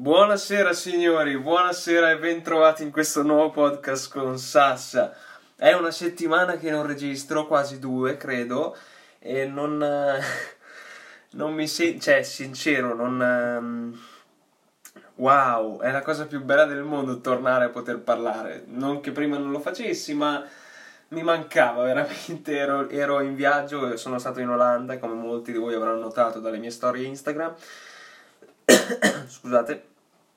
Buonasera signori, buonasera e bentrovati in questo nuovo podcast con Sasha. È una settimana che non registro, quasi 2 credo, e non mi sento, cioè sincero, wow, è la cosa più bella del mondo tornare a poter parlare. Non che prima non lo facessi, ma mi mancava veramente, ero in viaggio, sono stato in Olanda, come molti di voi avranno notato dalle mie storie Instagram. Scusate.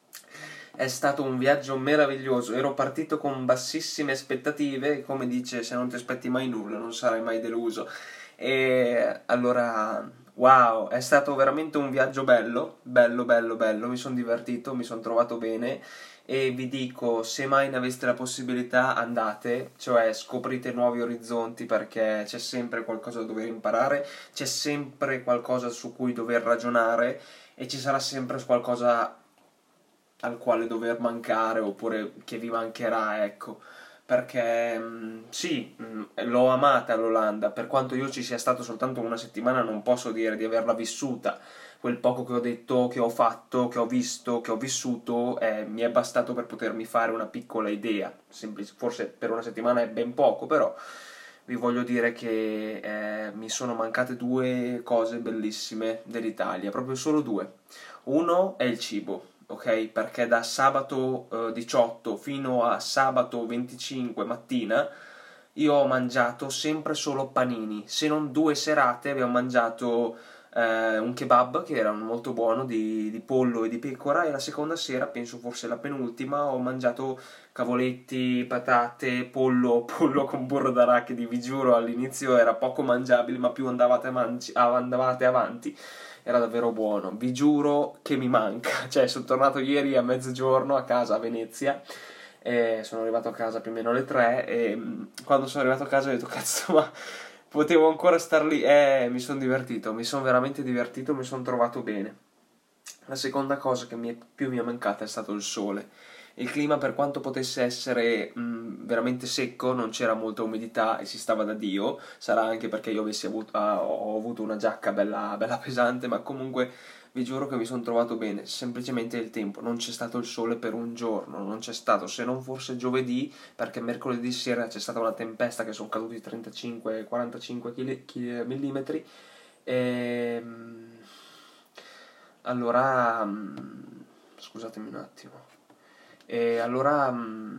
È stato un viaggio meraviglioso, ero partito con bassissime aspettative, come dice, se non ti aspetti mai nulla non sarai mai deluso. E allora, wow, è stato veramente un viaggio bello, mi sono divertito, mi sono trovato bene e vi dico, se mai ne aveste la possibilità andate, cioè scoprite nuovi orizzonti perché c'è sempre qualcosa da dover imparare, c'è sempre qualcosa su cui dover ragionare e ci sarà sempre qualcosa al quale dover mancare oppure che vi mancherà, ecco. Perché sì, l'ho amata l'Olanda, per quanto io ci sia stato soltanto una settimana non posso dire di averla vissuta. Quel poco che ho detto, che ho fatto, che ho visto, che ho vissuto, mi è bastato per potermi fare una piccola idea. Forse per una settimana è ben poco, però vi voglio dire che mi sono mancate 2 cose bellissime dell'Italia, proprio solo 2. Uno è il cibo, ok? Perché da sabato 18 fino a sabato 25 mattina io ho mangiato sempre solo panini. Se non 2 serate abbiamo mangiato un kebab che era molto buono di pollo e di pecora, e la seconda sera, penso forse la penultima, ho mangiato cavoletti, patate, pollo con burro d'arachidi. Vi giuro, all'inizio era poco mangiabile, ma più andavate avanti era davvero buono. Vi giuro che mi manca. Cioè, sono tornato ieri a mezzogiorno a casa a Venezia. E sono arrivato a casa più o meno alle 3. E quando sono arrivato a casa ho detto: cazzo, ma potevo ancora star lì. Mi sono divertito. Mi sono veramente divertito. Mi sono trovato bene. La seconda cosa che più mi è mancata è stato il sole. Il clima, per quanto potesse essere veramente secco, non c'era molta umidità e si stava da Dio. Sarà anche perché io ho avuto una giacca bella, bella pesante, ma comunque vi giuro che mi sono trovato bene. Semplicemente il tempo, non c'è stato il sole per un giorno, non c'è stato, se non forse giovedì, perché mercoledì sera c'è stata una tempesta che sono caduti 35-45 millimetri. E allora, scusatemi un attimo. E allora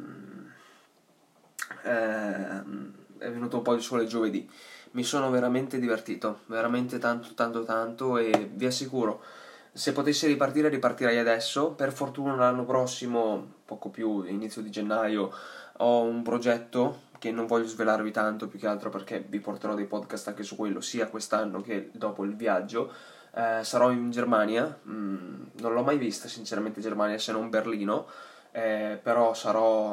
è venuto un po' il sole giovedì. Mi sono veramente divertito, veramente tanto tanto tanto, e vi assicuro, se potessi ripartire ripartirei adesso. Per fortuna l'anno prossimo, poco più inizio di gennaio, ho un progetto che non voglio svelarvi tanto, più che altro perché vi porterò dei podcast anche su quello, sia quest'anno che dopo il viaggio. Sarò in Germania, non l'ho mai vista sinceramente Germania, se non Berlino. Però sarò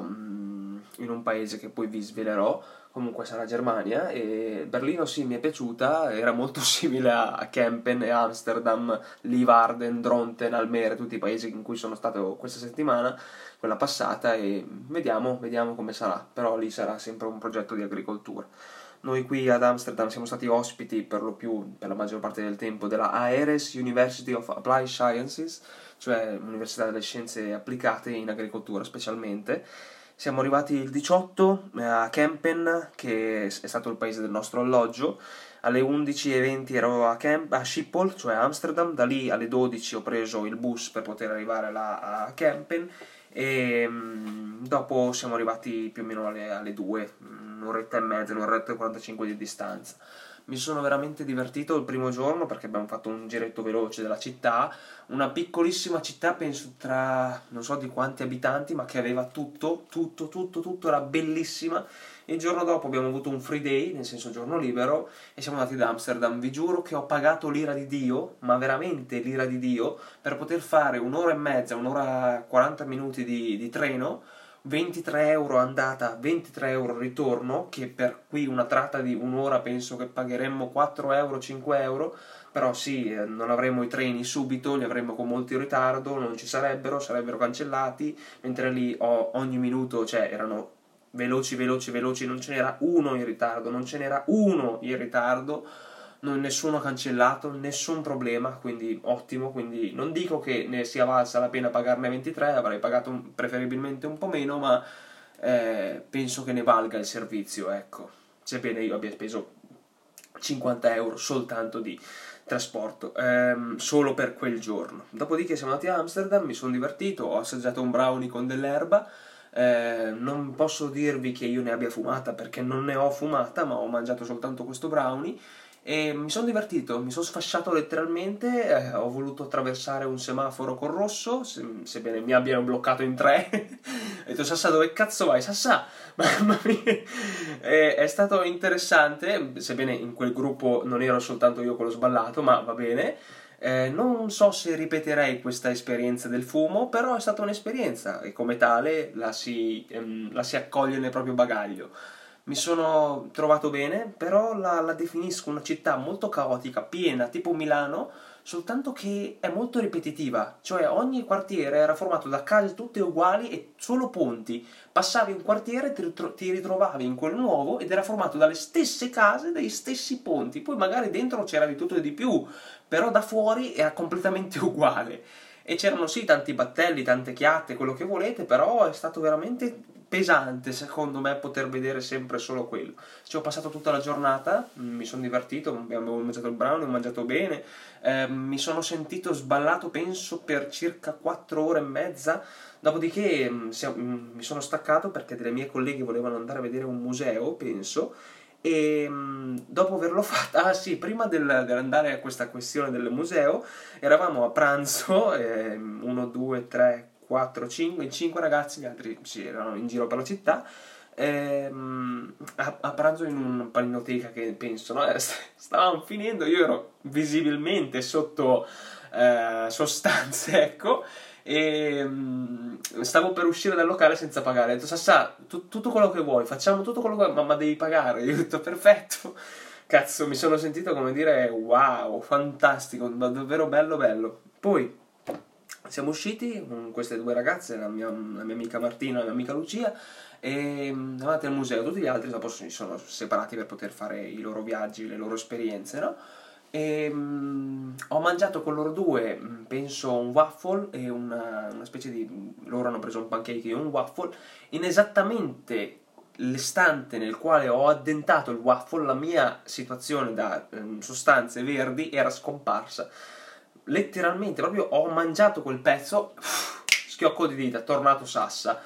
in un paese che poi vi svelerò. Comunque sarà Germania, e Berlino sì, mi è piaciuta, era molto simile a Kempen e Amsterdam, Leeuwarden, Dronten, Almere, tutti i paesi in cui sono stato questa settimana, quella passata, e vediamo come sarà. Però lì sarà sempre un progetto di agricoltura. Noi qui ad Amsterdam siamo stati ospiti per lo più, per la maggior parte del tempo, della AERES University of Applied Sciences, cioè Università delle Scienze Applicate in Agricoltura specialmente. Siamo arrivati il 18 a Kempen, che è stato il paese del nostro alloggio. Alle 11:20 ero a Schiphol, cioè a Amsterdam. Da lì alle 12 ho preso il bus per poter arrivare là a Kempen, e dopo siamo arrivati più o meno alle 2, un'oretta e mezza, un'oretta e 45 di distanza. Mi sono veramente divertito il primo giorno perché abbiamo fatto un giretto veloce della città, una piccolissima città, penso tra non so di quanti abitanti, ma che aveva tutto, era bellissima. Il giorno dopo abbiamo avuto un free day, nel senso giorno libero, e siamo andati ad Amsterdam. Vi giuro che ho pagato l'ira di Dio, ma veramente l'ira di Dio, per poter fare un'ora e mezza, un'ora e 40 minuti di treno, 23 euro andata, 23 euro ritorno, che per qui una tratta di un'ora penso che pagheremmo 4 euro, 5 euro, però sì, non avremmo i treni subito, li avremmo con molto ritardo, non ci sarebbero cancellati, mentre lì ogni minuto, cioè erano veloci, non ce n'era uno in ritardo, nessuno ha cancellato, nessun problema, quindi ottimo, quindi non dico che ne sia valsa la pena pagarne 23, avrei pagato preferibilmente un po' meno, ma penso che ne valga il servizio, ecco, sebbene io abbia speso 50 euro soltanto di trasporto, solo per quel giorno. Dopodiché siamo andati a Amsterdam, mi sono divertito, ho assaggiato un brownie con dell'erba. Non posso dirvi che io ne abbia fumata perché non ne ho fumata, ma ho mangiato soltanto questo brownie e mi sono divertito, mi sono sfasciato letteralmente. Ho voluto attraversare un semaforo col rosso, sebbene mi abbiano bloccato in tre. Ho detto: Sassà, dove cazzo vai? Sassà! Mamma mia! È stato interessante, sebbene in quel gruppo non ero soltanto io quello sballato, ma va bene. Non so se ripeterei questa esperienza del fumo, però è stata un'esperienza e come tale la si accoglie nel proprio bagaglio. Mi sono trovato bene, però la definisco una città molto caotica, piena, tipo Milano, soltanto che è molto ripetitiva, cioè ogni quartiere era formato da case tutte uguali e solo ponti. Passavi un quartiere e ti ritrovavi in quello nuovo ed era formato dalle stesse case, dagli stessi ponti, poi magari dentro c'era di tutto e di più, però da fuori era completamente uguale. E c'erano sì tanti battelli, tante chiatte, quello che volete, però è stato veramente pesante secondo me poter vedere sempre solo quello. Ci ho passato tutta la giornata, mi sono divertito, abbiamo mangiato il brownie, ho mangiato bene, mi sono sentito sballato penso per circa 4 ore e mezza. Dopodiché mi sono staccato perché delle mie colleghe volevano andare a vedere un museo, penso, e dopo averlo fatto, ah sì, prima dell'andare a questa questione del museo, eravamo a pranzo, 1, 2, 3, 4, 5, in 5 ragazzi, gli altri sì, erano in giro per la città, a pranzo in una paninoteca che penso, no? Stavamo finendo, io ero visibilmente sotto sostanze, ecco, e stavo per uscire dal locale senza pagare. Ho detto: Sassà, tutto quello che vuoi, facciamo tutto quello che vuoi, ma devi pagare. Io ho detto: perfetto. Cazzo, mi sono sentito come dire wow, fantastico, davvero bello bello. Poi siamo usciti con queste due ragazze, la mia amica Martina e la mia amica Lucia, e siamo andati al museo. Tutti gli altri dopo si sono separati per poter fare i loro viaggi, le loro esperienze, no? E ho mangiato con loro due, penso, un waffle e una specie di... loro hanno preso un pancake e un waffle. In esattamente l'istante nel quale ho addentato il waffle, la mia situazione da sostanze verdi era scomparsa. Letteralmente, proprio ho mangiato quel pezzo, schiocco di dita, tornato Sassa.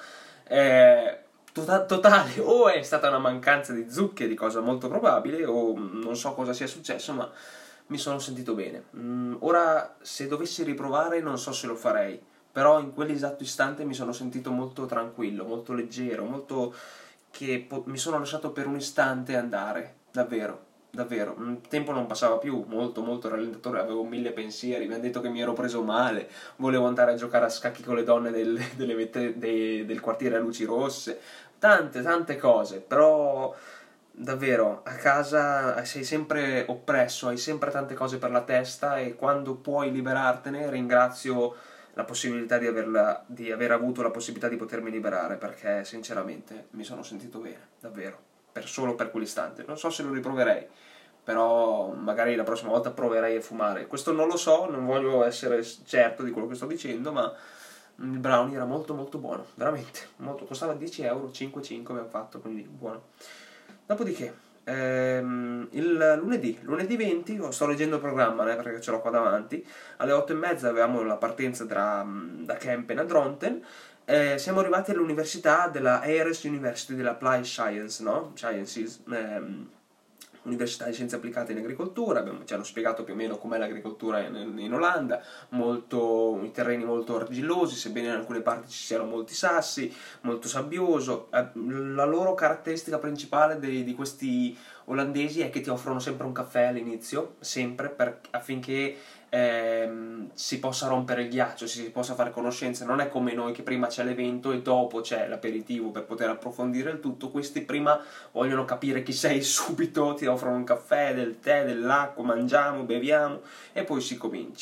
Totale, o è stata una mancanza di zuccheri, cosa molto probabile, o non so cosa sia successo, ma mi sono sentito bene. Ora, se dovessi riprovare, non so se lo farei, però in quell'esatto istante mi sono sentito molto tranquillo, molto leggero, molto che mi sono lasciato per un istante andare, davvero. Davvero, il tempo non passava più, molto molto rallentatore, avevo mille pensieri, mi hanno detto che mi ero preso male, volevo andare a giocare a scacchi con le donne del quartiere a luci rosse, tante cose, però davvero a casa sei sempre oppresso, hai sempre tante cose per la testa e quando puoi liberartene ringrazio la possibilità di aver avuto la possibilità di potermi liberare, perché sinceramente mi sono sentito bene, davvero, solo per quell'istante. Non so se lo riproverei, però magari la prossima volta proverei a fumare. Questo non lo so, non voglio essere certo di quello che sto dicendo, ma il brownie era molto molto buono, veramente, molto, costava 10 euro, 5,5 abbiamo fatto, quindi buono. Dopodiché, il lunedì 20, sto leggendo il programma, perché ce l'ho qua davanti, alle 8:30 avevamo la partenza da Kempen a Dronten. Siamo arrivati all'università della Ares University dell'Applied Science, no? Sciences, Università di Scienze Applicate in Agricoltura. Ci hanno spiegato più o meno com'è l'agricoltura in Olanda, i terreni molto argillosi, sebbene in alcune parti ci siano molti sassi, molto sabbioso. La loro caratteristica principale di questi olandesi è che ti offrono sempre un caffè all'inizio, sempre, affinché si possa rompere il ghiaccio, si possa fare conoscenza. Non è come noi che prima c'è l'evento e dopo c'è l'aperitivo per poter approfondire il tutto. Questi prima vogliono capire chi sei subito, ti offrono un caffè, del tè, dell'acqua, mangiamo, beviamo e poi si comincia.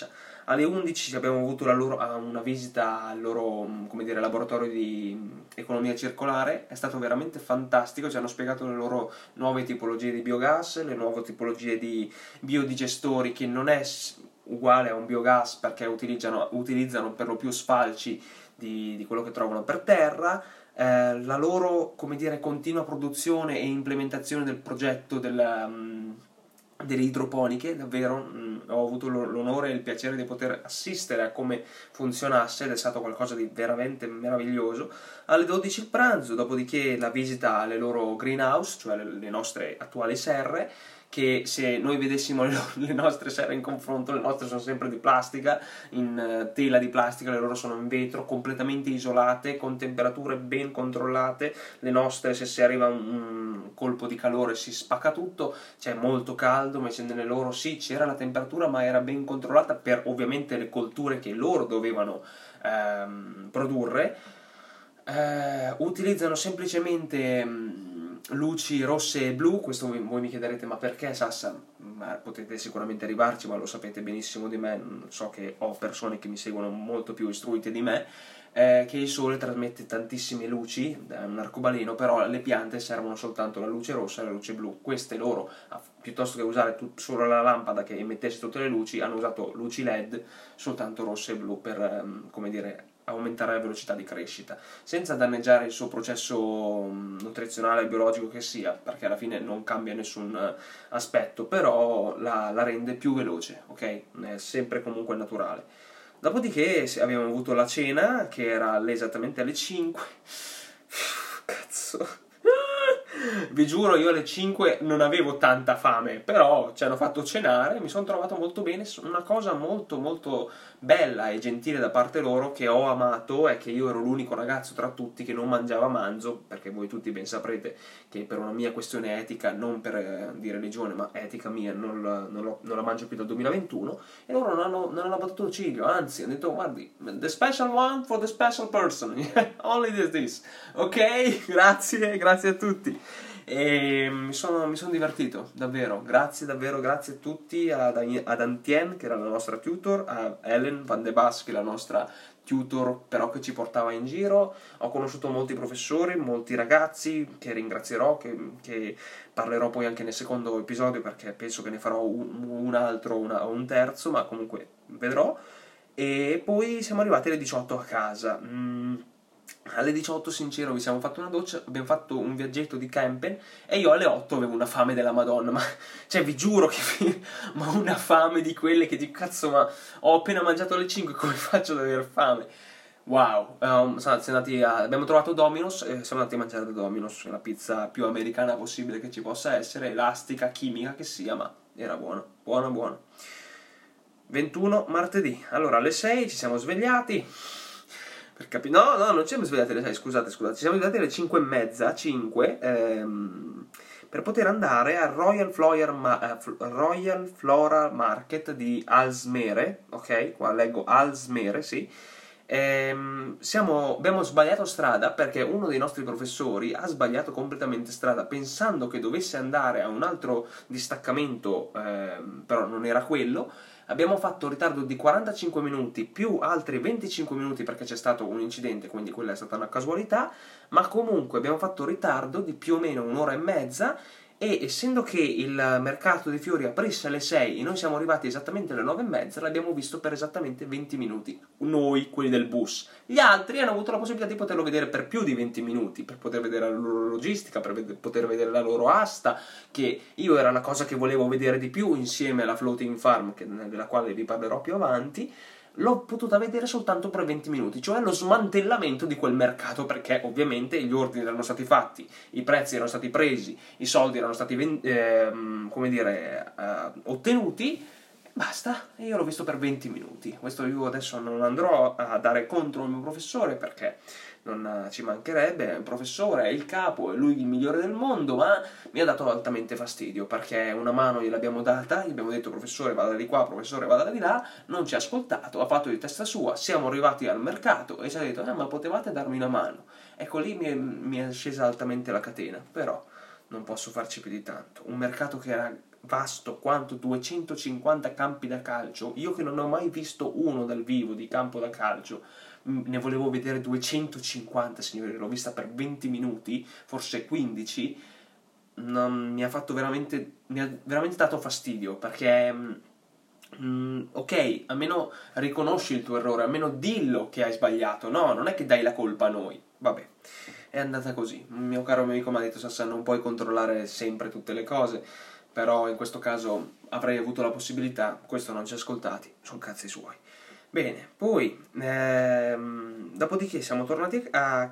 Alle 11 abbiamo avuto una visita al loro, come dire, laboratorio di economia circolare. È stato veramente fantastico, ci hanno spiegato le loro nuove tipologie di biogas, le nuove tipologie di biodigestori, che non è uguale a un biogas perché utilizzano per lo più sfalci di quello che trovano per terra. La loro, come dire, continua produzione e implementazione del progetto delle idroponiche, davvero ho avuto l'onore e il piacere di poter assistere a come funzionasse ed è stato qualcosa di veramente meraviglioso. Alle 12 il pranzo, dopodiché la visita alle loro greenhouse, cioè le nostre attuali serre, che se noi vedessimo le nostre serre in confronto, le nostre sono sempre di plastica, in tela di plastica, le loro sono in vetro, completamente isolate, con temperature ben controllate. Le nostre, se arriva un colpo di calore si spacca tutto, c'è molto caldo, invece nelle loro sì, c'era la temperatura ma era ben controllata per ovviamente le colture che loro dovevano produrre. Utilizzano semplicemente luci rosse e blu. Questo voi mi chiederete: ma perché, Sassa? Potete sicuramente arrivarci, ma lo sapete benissimo di me, so che ho persone che mi seguono molto più istruite di me, che il sole trasmette tantissime luci, è un arcobaleno, però alle piante servono soltanto la luce rossa e la luce blu. Queste loro, piuttosto che usare solo la lampada che emettesse tutte le luci, hanno usato luci LED soltanto rosse e blu per, come dire, aumentare la velocità di crescita, senza danneggiare il suo processo nutrizionale e biologico che sia, perché alla fine non cambia nessun aspetto, però la rende più veloce, ok? È sempre comunque naturale. Dopodiché abbiamo avuto la cena, che era esattamente alle 5. Cazzo. Vi giuro, io alle 5 non avevo tanta fame, però ci hanno fatto cenare, mi sono trovato molto bene. Una cosa molto molto bella e gentile da parte loro che ho amato è che io ero l'unico ragazzo tra tutti che non mangiava manzo, perché voi tutti ben saprete che per una mia questione etica, non per di religione, ma etica mia, non la mangio più dal 2021, e loro non hanno battuto ciglio, anzi hanno detto: guardi, the special one for the special person, only this, ok? Grazie a tutti. E mi sono divertito, davvero, grazie a tutti, ad Antien, che era la nostra tutor, a Ellen Van de Bas, che è la nostra tutor però che ci portava in giro. Ho conosciuto molti professori, molti ragazzi che ringrazierò, che parlerò poi anche nel secondo episodio, perché penso che ne farò un altro o un terzo, ma comunque vedrò. E poi siamo arrivati alle 18 a casa. Alle 18, sincero, vi siamo fatti una doccia, abbiamo fatto un viaggetto di campen e io alle 8 avevo una fame della Madonna, ma cioè vi giuro che ma una fame di quelle che dico: cazzo, ma ho appena mangiato alle 5, come faccio ad aver fame? Wow. Abbiamo trovato Domino's e siamo andati a mangiare da Domino's, la pizza più americana possibile che ci possa essere, elastica, chimica che sia, ma era buona, buona. 21 martedì, allora alle 6 ci siamo svegliati. No, non ci siamo svegliati alle 6, scusate, ci siamo svegliati alle 5 e mezza, 5, per poter andare al Royal Floral Market di Alsmere, ok? Qua leggo Alsmere, sì. Abbiamo sbagliato strada perché uno dei nostri professori ha sbagliato completamente strada, pensando che dovesse andare a un altro distaccamento, però non era quello. Abbiamo fatto un ritardo di 45 minuti più altri 25 minuti perché c'è stato un incidente, quindi quella è stata una casualità, ma comunque abbiamo fatto un ritardo di più o meno un'ora e mezza. E essendo che il mercato dei fiori aprisse alle 6 e noi siamo arrivati esattamente alle 9 e mezza, l'abbiamo visto per esattamente 20 minuti. Noi, quelli del bus. Gli altri hanno avuto la possibilità di poterlo vedere per più di 20 minuti, per poter vedere la loro logistica, per poter vedere la loro asta, che io era la cosa che volevo vedere di più insieme alla floating farm, della quale vi parlerò più avanti. L'ho potuta vedere soltanto per 20 minuti, cioè lo smantellamento di quel mercato, perché ovviamente gli ordini erano stati fatti, i prezzi erano stati presi, i soldi erano stati ottenuti, basta, e io l'ho visto per 20 minuti. Questo io adesso non andrò a dare contro il mio professore, perché non ci mancherebbe, è un professore, è il capo, è lui il migliore del mondo, ma mi ha dato altamente fastidio, perché una mano gliel'abbiamo data, gli abbiamo detto: professore vada di qua, professore vada di là, non ci ha ascoltato, ha fatto di testa sua, siamo arrivati al mercato e ci ha detto: ma potevate darmi una mano. Ecco, lì mi è scesa altamente la catena, però non posso farci più di tanto. Un mercato che era vasto quanto 250 campi da calcio. Io che non ho mai visto uno dal vivo di campo da calcio, ne volevo vedere 250, signori, l'ho vista per 20 minuti, forse 15, mi ha veramente dato fastidio, perché ok, almeno riconosci il tuo errore, almeno dillo che hai sbagliato, no, non è che dai la colpa a noi. Vabbè, è andata così. Un mio caro amico mi ha detto: Sassan, non puoi controllare sempre tutte le cose, però in questo caso avrei avuto la possibilità, questo non ci ha ascoltati, sono cazzi suoi. Bene, poi dopodiché siamo tornati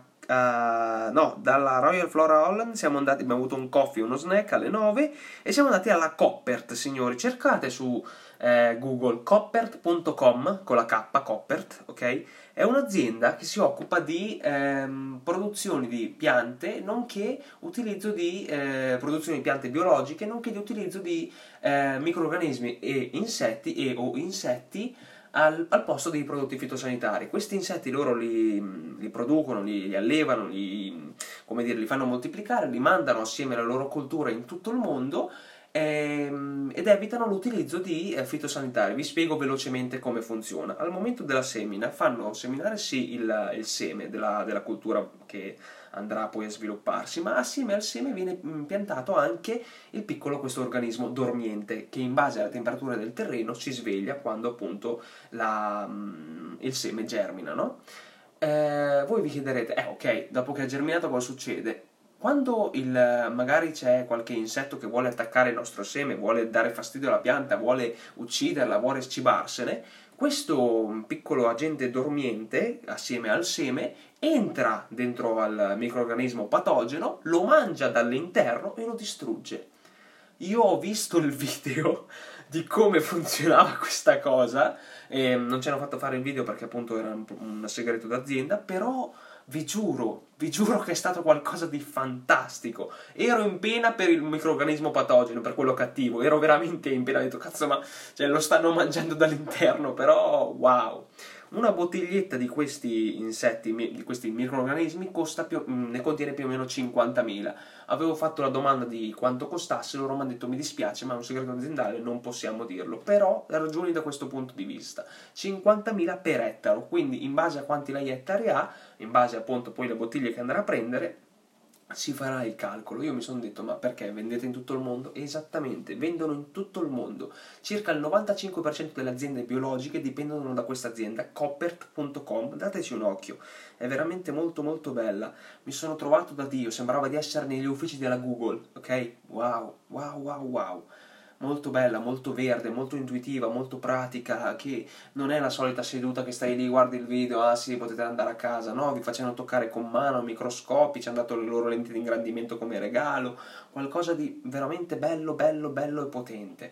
no, dalla Royal Flora Holland abbiamo avuto un coffee e uno snack alle 9 e siamo andati alla Koppert, signori. Cercate su Google koppert.com con la K, Koppert, ok? È un'azienda che si occupa di produzioni di piante, nonché utilizzo di produzioni di piante biologiche, nonché di utilizzo di microrganismi e insetti o insetti al posto dei prodotti fitosanitari. Questi insetti loro li producono, li allevano, come dire, li fanno moltiplicare, li mandano assieme alla loro coltura in tutto il mondo ed evitano l'utilizzo di fitosanitari. Vi spiego velocemente come funziona. Al momento della semina fanno seminare sì il seme della coltura che andrà poi a svilupparsi, ma assieme al seme viene piantato anche questo organismo dormiente che in base alla temperatura del terreno si sveglia quando appunto il seme germina, no? Voi vi chiederete, ok, dopo che ha germinato cosa succede? Quando magari c'è qualche insetto che vuole attaccare il nostro seme, vuole dare fastidio alla pianta, vuole ucciderla, vuole cibarsene, questo piccolo agente dormiente, assieme al seme, entra dentro al microrganismo patogeno, lo mangia dall'interno e lo distrugge. Io ho visto il video di come funzionava questa cosa, e non ci hanno fatto fare il video perché appunto era un segreto d'azienda, però vi giuro che è stato qualcosa di fantastico. Ero in pena per il microrganismo patogeno, per quello cattivo, ero veramente in pena, ho detto cazzo, ma cioè, lo stanno mangiando dall'interno, però wow. Una bottiglietta di questi insetti, di questi microrganismi, ne contiene più o meno 50.000. Avevo fatto la domanda di quanto costasse, loro mi hanno detto mi dispiace ma è un segreto aziendale, non possiamo dirlo, però ragioni da questo punto di vista. 50.000 per ettaro, quindi in base a quanti lei ettari ha, in base appunto poi alle bottiglie che andrà a prendere, si farà il calcolo. Io mi sono detto ma perché vendete in tutto il mondo? Esattamente, vendono in tutto il mondo. Circa il 95% delle aziende biologiche dipendono da questa azienda, koppert.com. Dateci un occhio, è veramente molto molto bella. Mi sono trovato da Dio, sembrava di essere negli uffici della Google, ok? Wow, wow, wow, wow. Molto bella, molto verde, molto intuitiva, molto pratica, che non è la solita seduta che stai lì, guardi il video, ah sì, potete andare a casa, no, vi facevano toccare con mano, microscopi, ci hanno dato le loro lenti di ingrandimento come regalo, qualcosa di veramente bello, bello, bello e potente.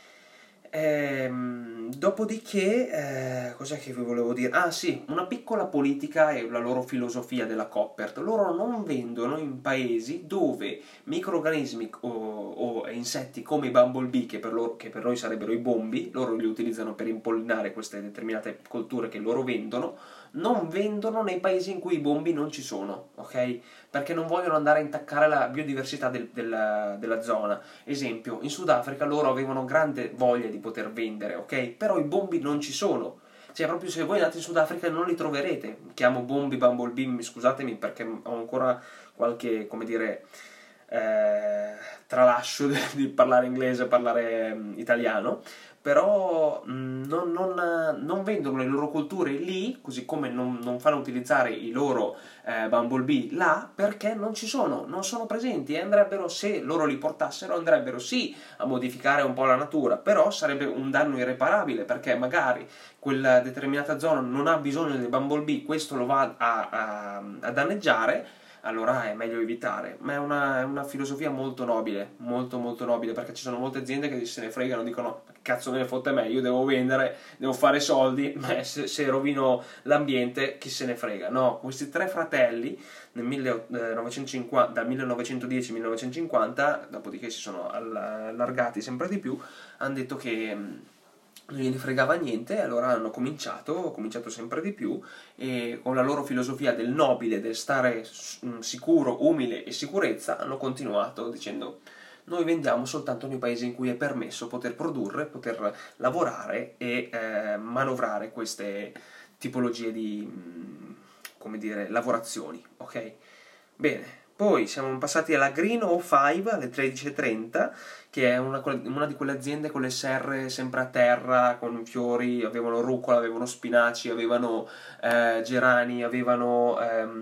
Dopodiché, cos'è che vi volevo dire? Ah sì, una piccola politica e la loro filosofia della Koppert. Loro non vendono in paesi dove microrganismi o insetti come i bumblebee, che per noi sarebbero i bombi, loro li utilizzano per impollinare queste determinate colture che loro vendono, non vendono nei paesi in cui i bombi non ci sono, ok? Perché non vogliono andare a intaccare la biodiversità della zona. Esempio, in Sudafrica loro avevano grande voglia di poter vendere, ok? Però i bombi non ci sono. Cioè, proprio se voi andate in Sudafrica non li troverete. Chiamo bombi, bumblebee, scusatemi perché ho ancora qualche, come dire, tralascio di parlare inglese e parlare italiano, però non vendono le loro colture lì, così come non fanno utilizzare i loro bumblebee là, perché non ci sono, non sono presenti, e andrebbero, se loro li portassero, andrebbero sì a modificare un po' la natura, però sarebbe un danno irreparabile, perché magari quella determinata zona non ha bisogno del bumblebee, questo lo va a danneggiare, allora è meglio evitare. Ma è una filosofia molto nobile, molto molto nobile, perché ci sono molte aziende che se ne fregano, dicono che cazzo me ne fotte a me, io devo vendere, devo fare soldi, ma se rovino l'ambiente chi se ne frega. No, questi tre fratelli dal 1910 al 1950, dopodiché si sono allargati sempre di più, hanno detto che non gliene fregava niente, e allora hanno cominciato sempre di più, e con la loro filosofia del nobile, del stare sicuro, umile e sicurezza, hanno continuato dicendo noi vendiamo soltanto nei paesi in cui è permesso poter produrre, poter lavorare e manovrare queste tipologie di, come dire, lavorazioni, ok? Bene. Poi siamo passati alla Green 05 alle 13:30, che è una di quelle aziende con le serre sempre a terra, con fiori, avevano rucola, avevano spinaci, avevano gerani, avevano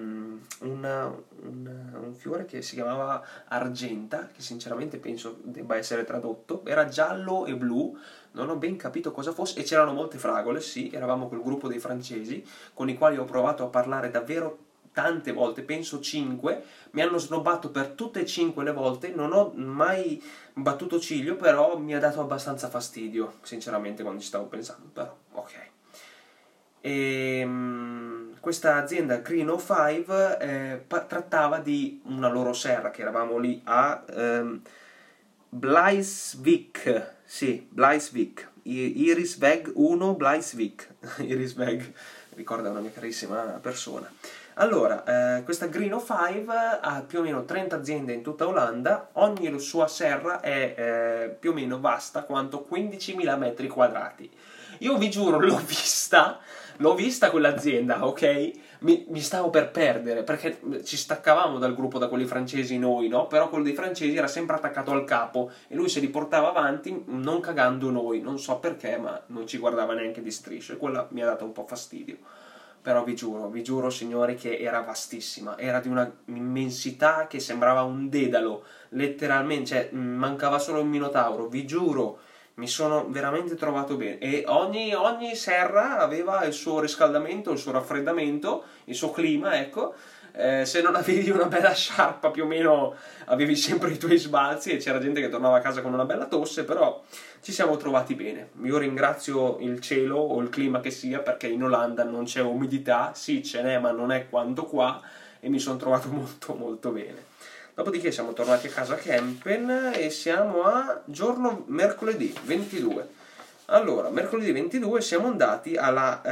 un fiore che si chiamava argenta, che sinceramente penso debba essere tradotto, era giallo e blu, non ho ben capito cosa fosse, e c'erano molte fragole, sì, eravamo col gruppo dei francesi, con i quali ho provato a parlare davvero tante volte, penso 5, mi hanno snobbato per tutte e 5 le volte, non ho mai battuto ciglio, però mi ha dato abbastanza fastidio, sinceramente, quando ci stavo pensando, però, ok. Questa azienda Green 05 trattava di una loro serra, che eravamo lì a Bleiswijk, sì, Bleiswijk, Irisweg 1 Bleiswijk, Irisweg, ricorda una mia carissima persona. Allora, questa Green 05 ha più o meno 30 aziende in tutta Olanda, ogni sua serra è più o meno vasta quanto 15.000 metri quadrati. Io vi giuro, l'ho vista quell'azienda, ok? Mi stavo per perdere, perché ci staccavamo dal gruppo, da quelli francesi noi, no? Però quello dei francesi era sempre attaccato al capo e lui se li portava avanti non cagando noi, non so perché, ma non ci guardava neanche di striscio e quella mi ha dato un po' fastidio. Però vi giuro signori che era vastissima, era di una immensità che sembrava un dedalo, letteralmente, cioè mancava solo un minotauro, vi giuro, mi sono veramente trovato bene. E ogni serra aveva il suo riscaldamento, il suo raffreddamento, il suo clima, ecco. Se non avevi una bella sciarpa più o meno avevi sempre i tuoi sbalzi e c'era gente che tornava a casa con una bella tosse, però ci siamo trovati bene. Io ringrazio il cielo o il clima che sia, perché in Olanda non c'è umidità, sì ce n'è ma non è quanto qua, e mi sono trovato molto molto bene. Dopodiché siamo tornati a casa a Kempen e siamo a giorno mercoledì 22. Allora, mercoledì 22 siamo andati alla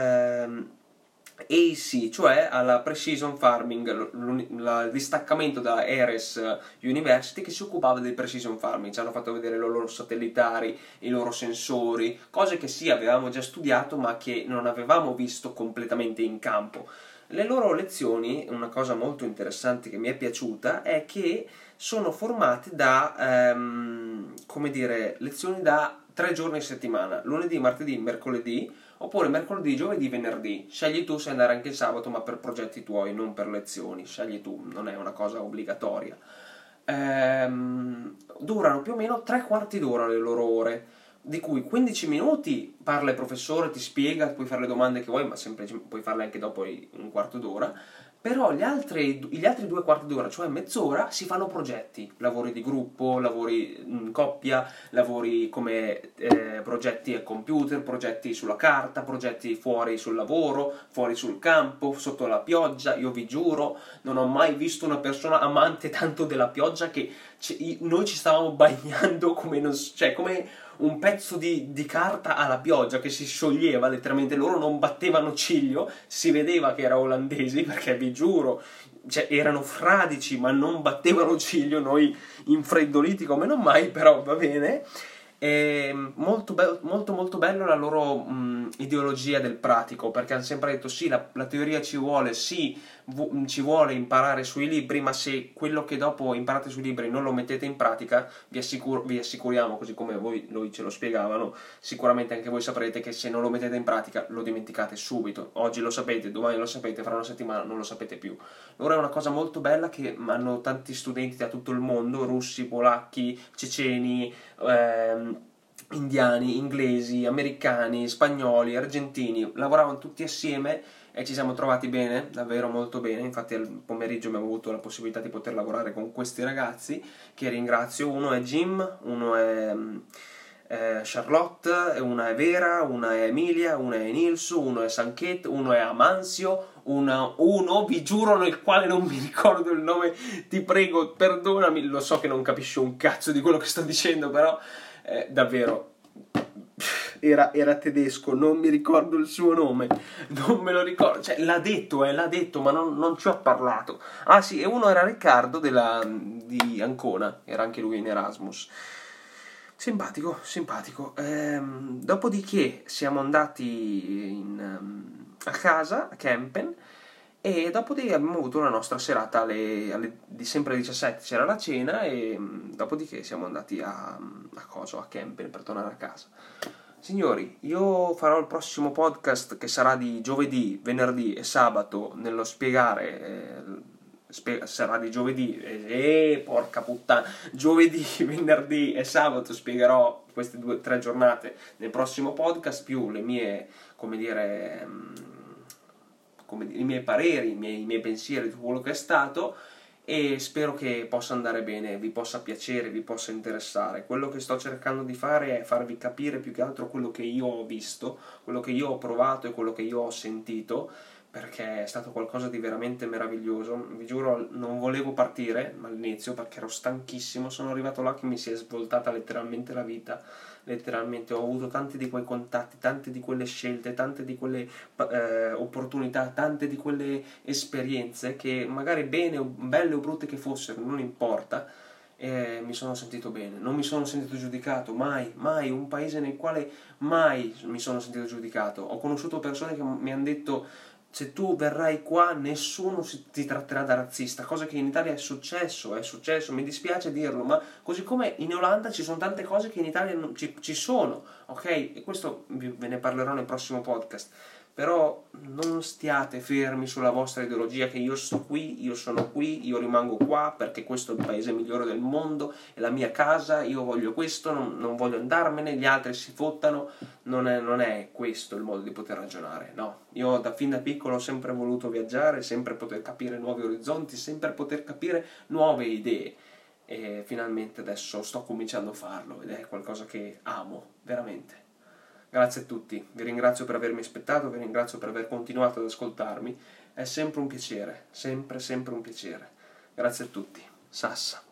AC, cioè alla Precision Farming, il distaccamento della Eres University che si occupava del Precision Farming. Ci hanno fatto vedere i loro satellitari, i loro sensori, cose che sì avevamo già studiato ma che non avevamo visto completamente in campo. Le loro lezioni, una cosa molto interessante che mi è piaciuta, è che sono formate da, come dire, lezioni da 3 giorni a settimana, lunedì, martedì, mercoledì, oppure mercoledì, giovedì, venerdì. Scegli tu se andare anche il sabato, ma per progetti tuoi, non per lezioni. Scegli tu, non è una cosa obbligatoria. Durano più o meno 3/4 d'ora le loro ore, di cui 15 minuti parla il professore, ti spiega, puoi fare le domande che vuoi, ma semplicemente puoi farle anche dopo un quarto d'ora. Però gli altri 2/4 d'ora, cioè mezz'ora, si fanno progetti, lavori di gruppo, lavori in coppia, lavori come progetti al computer, progetti sulla carta, progetti fuori sul lavoro, fuori sul campo, sotto la pioggia. Io vi giuro, non ho mai visto una persona amante tanto della pioggia, che noi ci stavamo bagnando come, cioè, come un pezzo di carta alla pioggia che si scioglieva letteralmente. Loro non battevano ciglio, si vedeva che erano olandesi, perché vi giuro, cioè, erano fradici ma non battevano ciglio, noi infreddoliti come non mai, però va bene. E molto molto bello la loro ideologia del pratico, perché hanno sempre detto sì, la teoria ci vuole, sì, ci vuole imparare sui libri, ma se quello che dopo imparate sui libri non lo mettete in pratica, vi assicuriamo, così come loro ce lo spiegavano, sicuramente anche voi saprete che se non lo mettete in pratica lo dimenticate subito. Oggi lo sapete, domani lo sapete, fra una settimana non lo sapete più. Loro è una cosa molto bella che hanno tanti studenti da tutto il mondo, russi, polacchi, ceceni, indiani, inglesi, americani, spagnoli, argentini, lavoravano tutti assieme e ci siamo trovati bene, davvero molto bene. Infatti al pomeriggio abbiamo avuto la possibilità di poter lavorare con questi ragazzi, che ringrazio. Uno è Jim, uno è Charlotte, una è Vera, una è Emilia, una è Nilsu, uno è Sanket, uno è Amanzio, uno, vi giuro, nel quale non mi ricordo il nome, ti prego, perdonami, lo so che non capisci un cazzo di quello che sto dicendo, però davvero era tedesco, non mi ricordo il suo nome, non me lo ricordo, cioè l'ha detto, ma non ci ho parlato. Ah sì, e uno era Riccardo di Ancona, era anche lui in Erasmus. Simpatico, simpatico. Dopodiché siamo andati a casa, a Kempen, e dopodiché abbiamo avuto la nostra serata sempre alle 17 c'era la cena e dopodiché siamo andati a Kempen per tornare a casa. Signori, io farò il prossimo podcast che sarà di giovedì, venerdì e sabato nello spiegare sarà di giovedì porca puttana, giovedì, venerdì e sabato spiegherò queste 2 o 3 giornate nel prossimo podcast, più le mie, come dire, i miei pareri, i miei pensieri su quello che è stato, e spero che possa andare bene, vi possa piacere, vi possa interessare. Quello che sto cercando di fare è farvi capire più che altro quello che io ho visto, quello che io ho provato e quello che io ho sentito, perché è stato qualcosa di veramente meraviglioso. Vi giuro, non volevo partire all'inizio perché ero stanchissimo, sono arrivato là che mi si è svoltata letteralmente la vita. Letteralmente ho avuto tanti di quei contatti, tante di quelle scelte, tante di quelle opportunità, tante di quelle esperienze che magari belle o brutte che fossero, non importa, mi sono sentito bene, non mi sono sentito giudicato, mai, mai, un paese nel quale mai mi sono sentito giudicato. Ho conosciuto persone che mi hanno detto: se tu verrai qua nessuno ti tratterà da razzista, cosa che in Italia è successo, mi dispiace dirlo, ma così come in Olanda ci sono tante cose che in Italia non ci sono, ok? E questo ve ne parlerò nel prossimo podcast. Però non stiate fermi sulla vostra ideologia che io sto qui, io sono qui, io rimango qua perché questo è il paese migliore del mondo, è la mia casa, io voglio questo, non voglio andarmene, gli altri si fottano. Non è questo il modo di poter ragionare, no. Io fin da piccolo ho sempre voluto viaggiare, sempre poter capire nuovi orizzonti, sempre poter capire nuove idee, e finalmente adesso sto cominciando a farlo ed è qualcosa che amo, veramente. Grazie a tutti, vi ringrazio per avermi aspettato, vi ringrazio per aver continuato ad ascoltarmi, è sempre un piacere, sempre un piacere. Grazie a tutti. Sassa.